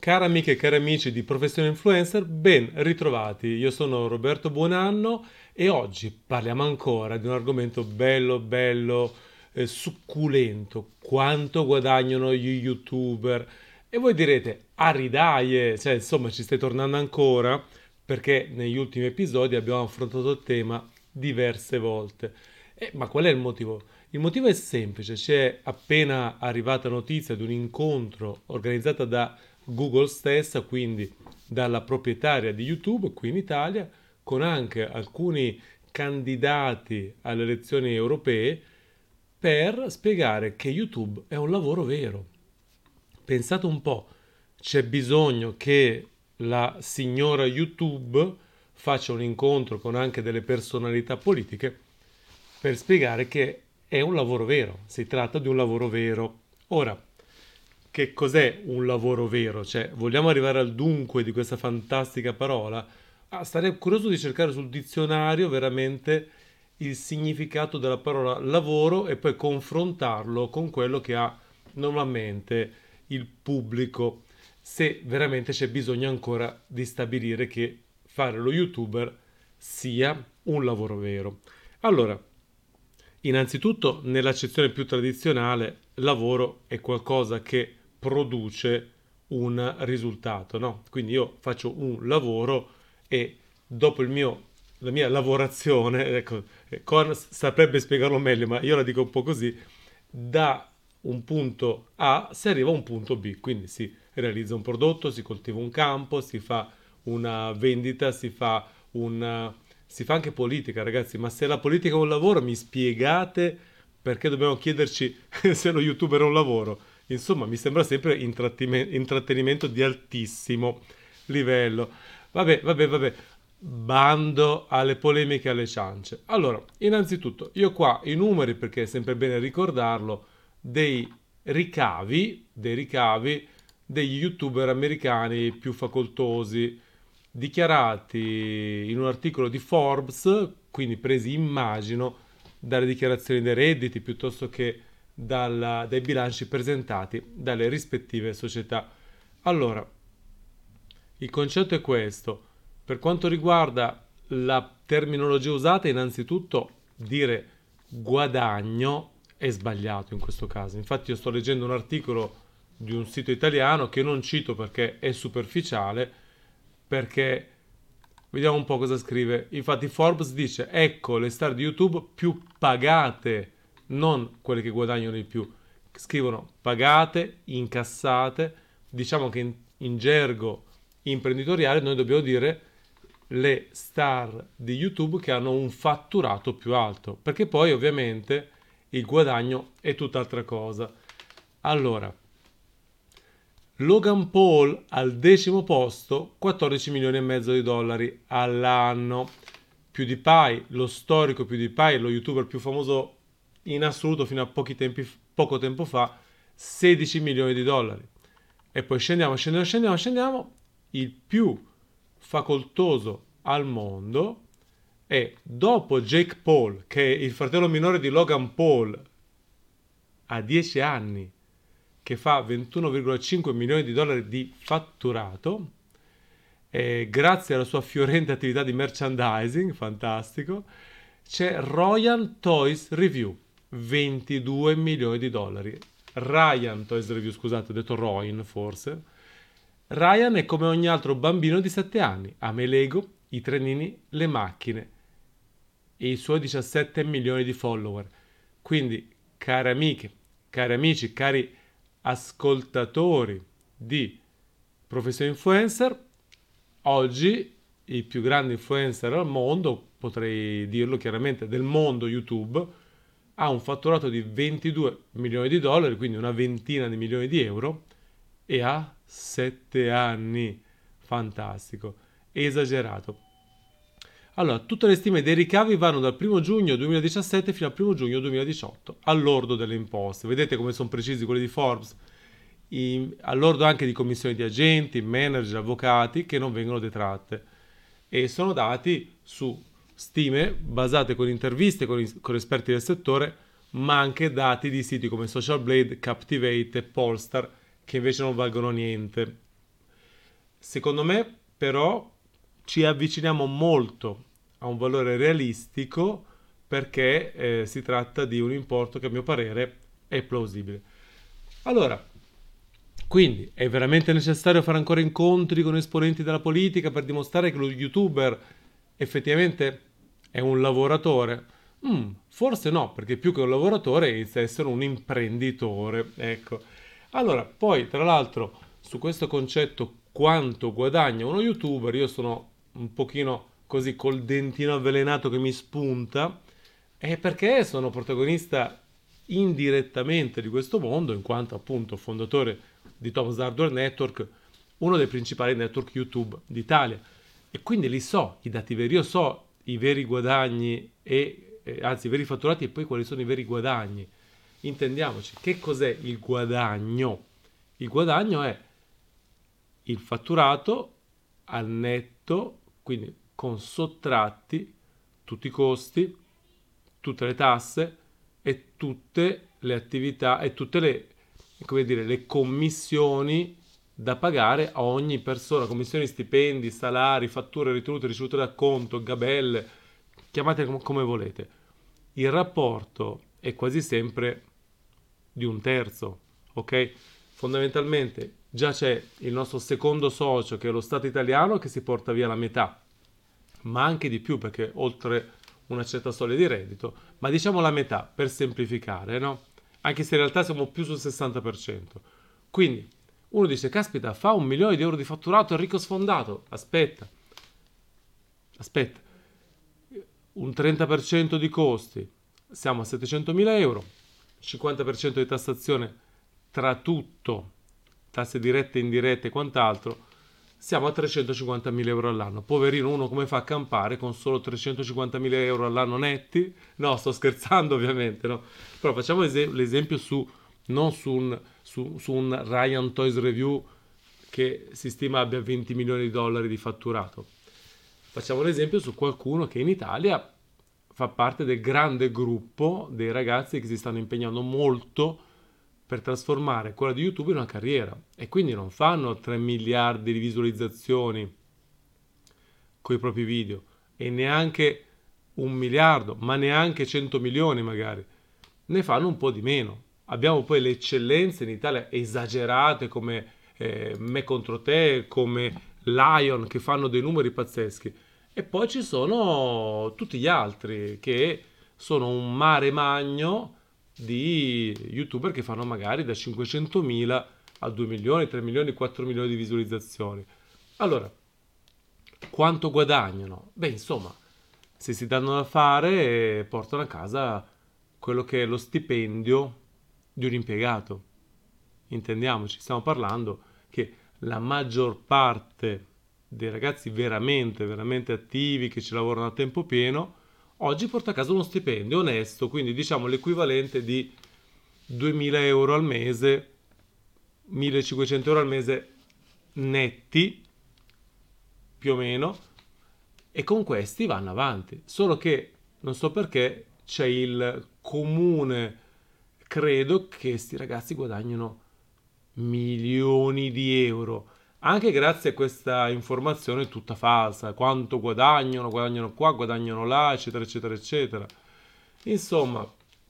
Care amiche e cari amici di Professione Influencer, ben ritrovati. Io sono Roberto Buonanno e oggi parliamo ancora di un argomento succulento. Quanto guadagnano gli YouTuber? E voi direte, a ridaie, cioè insomma ci stai tornando ancora? Perché negli ultimi episodi abbiamo affrontato il tema diverse volte. Ma qual è il motivo? Il motivo è semplice, c'è appena arrivata notizia di un incontro organizzato da Google stessa, quindi dalla proprietaria di YouTube qui in Italia, con anche alcuni candidati alle elezioni europee per spiegare che YouTube è un lavoro vero. Pensate un po', c'è bisogno che la signora YouTube faccia un incontro con anche delle personalità politiche per spiegare che è un lavoro vero, si tratta di un lavoro vero. Ora, che cos'è un lavoro vero? Cioè, vogliamo arrivare al dunque di questa fantastica parola? Sarei curioso di cercare sul dizionario veramente il significato della parola lavoro e poi confrontarlo con quello che ha normalmente il pubblico, se veramente c'è bisogno ancora di stabilire che fare lo youtuber sia un lavoro vero. Allora, innanzitutto, nell'accezione più tradizionale, lavoro è qualcosa che produce un risultato, no? Quindi io faccio un lavoro e dopo la mia lavorazione, ecco, Con saprebbe spiegarlo meglio, ma io la dico un po' così, da un punto A si arriva a un punto B, quindi si realizza un prodotto, si coltiva un campo, si fa una vendita, si fa anche politica, ragazzi, ma se la politica è un lavoro, mi spiegate perché dobbiamo chiederci se lo youtuber è un lavoro? Insomma, mi sembra sempre intrattenimento di altissimo livello. Vabbè. Bando alle polemiche e alle ciance. Allora, innanzitutto, io qua i numeri, perché è sempre bene ricordarlo, dei ricavi degli youtuber americani più facoltosi, dichiarati in un articolo di Forbes, quindi presi immagino dalle dichiarazioni dei redditi piuttosto che dai bilanci presentati dalle rispettive società. Allora, il concetto è questo. Per quanto riguarda la terminologia usata, innanzitutto dire guadagno è sbagliato in questo caso. Infatti io sto leggendo un articolo di un sito italiano che non cito perché è superficiale, perché vediamo un po' cosa scrive. Infatti Forbes dice, ecco le star di YouTube più pagate, non quelle che guadagnano di più. Scrivono pagate, incassate, diciamo che in gergo imprenditoriale noi dobbiamo dire le star di YouTube che hanno un fatturato più alto, perché poi ovviamente il guadagno è tutt'altra cosa. Allora, Logan Paul al 10° posto, 14 milioni e mezzo di dollari all'anno. PewDiePie, lo storico PewDiePie, lo youtuber più famoso in assoluto fino a poco tempo fa, 16 milioni di dollari. E poi scendiamo. Il più facoltoso al mondo è, dopo Jake Paul, che è il fratello minore di Logan Paul, a 10 anni, che fa 21,5 milioni di dollari di fatturato, grazie alla sua fiorente attività di merchandising, fantastico, c'è Ryan Toys Review, 22 milioni di dollari. Ryan Toys Review, scusate, ho detto Royan forse. Ryan è come ogni altro bambino di 7 anni, ama i Lego, i trenini, le macchine e i suoi 17 milioni di follower. Quindi, cari amiche, cari amici, cari ascoltatori di Professione Influencer, oggi il più grande influencer al mondo, potrei dirlo chiaramente, del mondo YouTube, ha un fatturato di 22 milioni di dollari, quindi una ventina di milioni di euro, e ha 7 anni. Fantastico, esagerato. Allora, tutte le stime dei ricavi vanno dal 1 giugno 2017 fino al 1 giugno 2018, all'ordo delle imposte. Vedete come sono precisi quelli di Forbes? All'ordo anche di commissioni di agenti, manager, avvocati che non vengono detratte. E sono dati su stime basate con interviste con esperti del settore, ma anche dati di siti come Social Blade, Captivate e Polestar, che invece non valgono niente. Secondo me, però, ci avviciniamo molto a un valore realistico perché si tratta di un importo che a mio parere è plausibile. Allora, quindi è veramente necessario fare ancora incontri con esponenti della politica per dimostrare che lo youtuber effettivamente è un lavoratore? Forse no, perché più che un lavoratore inizia a essere un imprenditore. Ecco. Allora, poi tra l'altro su questo concetto quanto guadagna uno youtuber, io sono un pochino così col dentino avvelenato che mi spunta, è perché sono protagonista indirettamente di questo mondo, in quanto appunto fondatore di Tom's Hardware Network, uno dei principali network YouTube d'Italia. E quindi li so, i dati veri, io so i veri guadagni anzi i veri fatturati e poi quali sono i veri guadagni. Intendiamoci, che cos'è il guadagno? Il guadagno è il fatturato al netto, quindi con sottratti tutti i costi, tutte le tasse e tutte le attività e tutte le, come dire, le commissioni da pagare a ogni persona, commissioni, stipendi, salari, fatture, ritenute, ricevute da conto, gabelle, chiamate come volete. Il rapporto è quasi sempre di un terzo, ok? Fondamentalmente già c'è il nostro secondo socio che è lo Stato italiano che si porta via la metà, ma anche di più perché oltre una certa soglia di reddito, ma diciamo la metà per semplificare, no? Anche se in realtà siamo più sul 60%. Quindi uno dice, caspita, fa 1 milione di euro di fatturato, è ricco sfondato. Aspetta, un 30% di costi, siamo a 700.000 euro, 50% di tassazione tra tutto, tasse dirette e indirette e quant'altro, siamo a 350.000 euro all'anno. Poverino, uno come fa a campare con solo 350.000 euro all'anno netti? No, sto scherzando ovviamente, no? Però facciamo l'esempio non su un Ryan Toys Review che si stima abbia 20 milioni di dollari di fatturato. Facciamo l'esempio su qualcuno che in Italia fa parte del grande gruppo dei ragazzi che si stanno impegnando molto per trasformare quella di YouTube in una carriera e quindi non fanno 3 miliardi di visualizzazioni con i propri video e neanche 1 miliardo, ma neanche 100 milioni magari, ne fanno un po' di meno. Abbiamo poi le eccellenze in Italia esagerate come Me contro te, come Lion che fanno dei numeri pazzeschi e poi ci sono tutti gli altri che sono un mare magno di youtuber che fanno magari da 500.000 a 2 milioni, 3 milioni, 4 milioni di visualizzazioni. Allora, quanto guadagnano? Beh, insomma, se si danno da fare, portano a casa quello che è lo stipendio di un impiegato. Intendiamoci, stiamo parlando che la maggior parte dei ragazzi veramente, veramente attivi, che ci lavorano a tempo pieno, oggi porta a casa uno stipendio onesto, quindi diciamo l'equivalente di 2.000 euro al mese, 1.500 euro al mese netti, più o meno, e con questi vanno avanti. Solo che non so perché c'è il comune credo che sti ragazzi guadagnino milioni di euro. Anche grazie a questa informazione tutta falsa, quanto guadagnano, guadagnano qua, guadagnano là, eccetera, eccetera, eccetera. Insomma,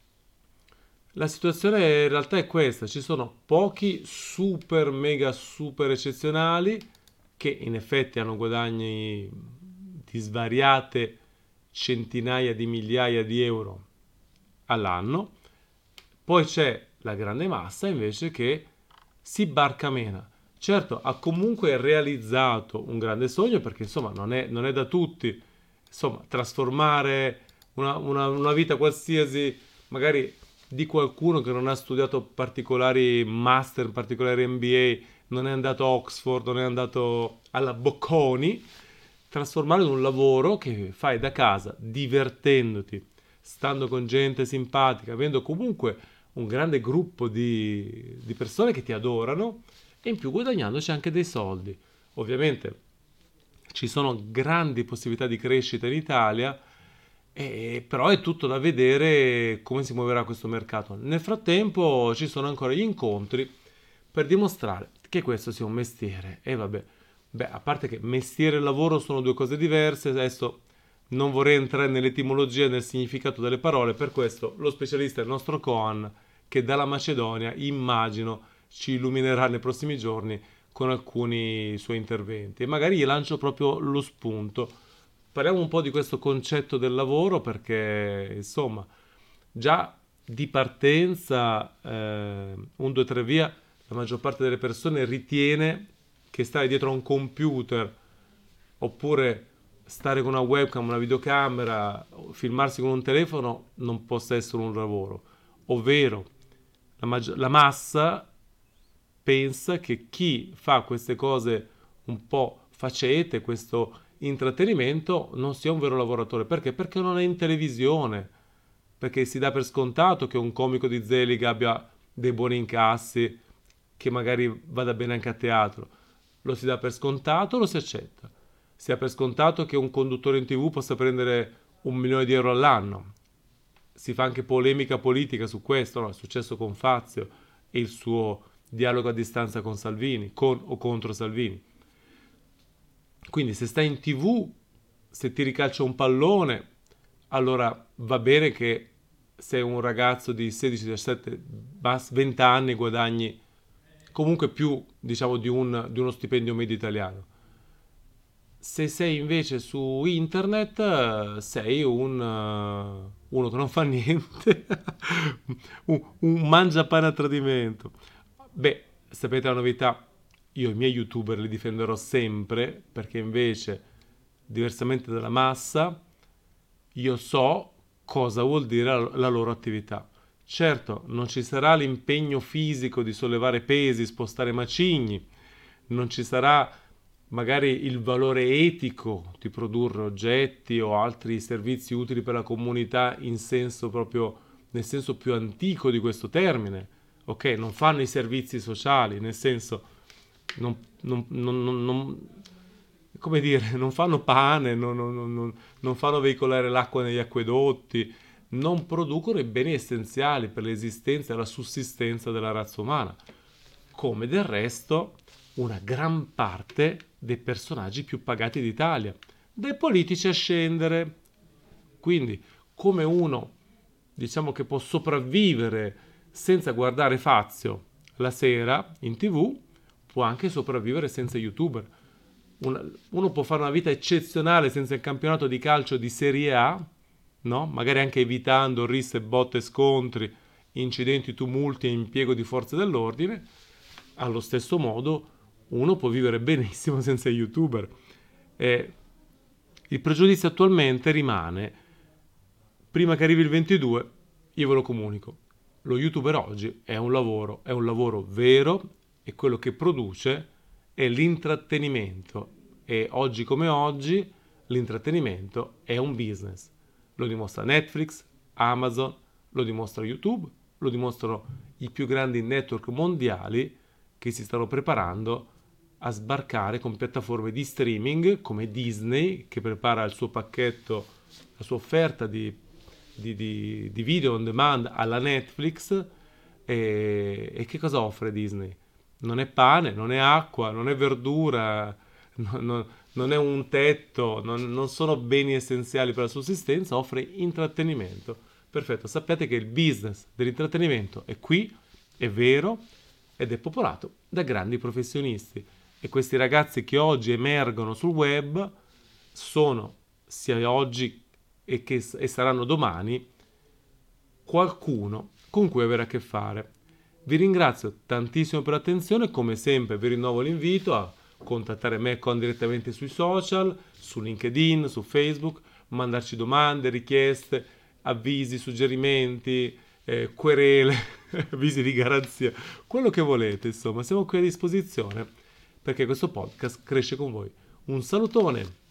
la situazione in realtà è questa, ci sono pochi super mega super eccezionali che in effetti hanno guadagni di svariate centinaia di migliaia di euro all'anno, poi c'è la grande massa invece che si barcamena. Certo, ha comunque realizzato un grande sogno perché insomma non è da tutti, insomma, trasformare una vita qualsiasi, magari di qualcuno che non ha studiato particolari master, particolari MBA, non è andato a Oxford, non è andato alla Bocconi, trasformarlo in un lavoro che fai da casa, divertendoti, stando con gente simpatica, avendo comunque un grande gruppo di persone che ti adorano e in più guadagnandoci anche dei soldi. Ovviamente ci sono grandi possibilità di crescita in Italia, però è tutto da vedere come si muoverà questo mercato. Nel frattempo ci sono ancora gli incontri per dimostrare che questo sia un mestiere. E vabbè, Beh, a parte che mestiere e lavoro sono due cose diverse, adesso non vorrei entrare nell'etimologia e nel significato delle parole, per questo lo specialista è il nostro Coan, che dalla Macedonia, immagino, ci illuminerà nei prossimi giorni con alcuni suoi interventi. E magari gli lancio proprio lo spunto. Parliamo un po' di questo concetto del lavoro perché, insomma, già di partenza, un 2 3 via, la maggior parte delle persone ritiene che stare dietro a un computer oppure stare con una webcam, una videocamera, filmarsi con un telefono non possa essere un lavoro. Ovvero, la massa pensa che chi fa queste cose un po' facete, questo intrattenimento, non sia un vero lavoratore. Perché? Perché non è in televisione, perché si dà per scontato che un comico di Zelig abbia dei buoni incassi, che magari vada bene anche a teatro. Lo si dà per scontato, lo si accetta. Si dà per scontato che un conduttore in TV possa prendere 1 milione di euro all'anno. Si fa anche polemica politica su questo, no? È successo con Fazio e il suo dialogo a distanza con Salvini, con o contro Salvini. Quindi se stai in TV, se ti ricalcia un pallone, allora va bene che sei un ragazzo di 16, 17, 20 anni guadagni comunque più, diciamo, di uno stipendio medio italiano. Se sei invece su internet, sei uno che non fa niente, un mangiapane a tradimento. Beh, sapete la novità? Io i miei youtuber li difenderò sempre perché invece, diversamente dalla massa, io so cosa vuol dire la loro attività. Certo, non ci sarà l'impegno fisico di sollevare pesi, spostare macigni, non ci sarà magari il valore etico di produrre oggetti o altri servizi utili per la comunità in senso proprio, nel senso più antico di questo termine. Ok, non fanno i servizi sociali, nel senso, come dire, non fanno pane, non fanno veicolare l'acqua negli acquedotti, non producono i beni essenziali per l'esistenza e la sussistenza della razza umana, come del resto una gran parte dei personaggi più pagati d'Italia, dai politici a scendere. Quindi, come uno, diciamo che può sopravvivere senza guardare Fazio la sera in TV, può anche sopravvivere senza YouTuber. Uno può fare una vita eccezionale senza il campionato di calcio di Serie A, no? Magari anche evitando risse, botte, scontri, incidenti, tumulti e impiego di forze dell'ordine. Allo stesso modo, uno può vivere benissimo senza YouTuber. E il pregiudizio attualmente rimane, prima che arrivi il 22, io ve lo comunico. Lo YouTuber oggi è un lavoro vero e quello che produce è l'intrattenimento. E oggi come oggi l'intrattenimento è un business. Lo dimostra Netflix, Amazon, lo dimostra YouTube, lo dimostrano i più grandi network mondiali che si stanno preparando a sbarcare con piattaforme di streaming come Disney, che prepara il suo pacchetto, la sua offerta di video on demand alla Netflix. E che cosa offre Disney? Non è pane, non è acqua, non è verdura, non è un tetto, non sono beni essenziali per la sussistenza, offre intrattenimento. Perfetto, sappiate che il business dell'intrattenimento è qui, è vero, ed è popolato da grandi professionisti. E questi ragazzi che oggi emergono sul web sono, sia oggi e saranno domani, qualcuno con cui avere a che fare. Vi ringrazio tantissimo per l'attenzione, come sempre vi rinnovo l'invito a contattare me direttamente sui social, su LinkedIn, su Facebook, mandarci domande, richieste, avvisi, suggerimenti, querele, avvisi di garanzia, quello che volete, insomma, siamo qui a disposizione perché questo podcast cresce con voi. Un salutone!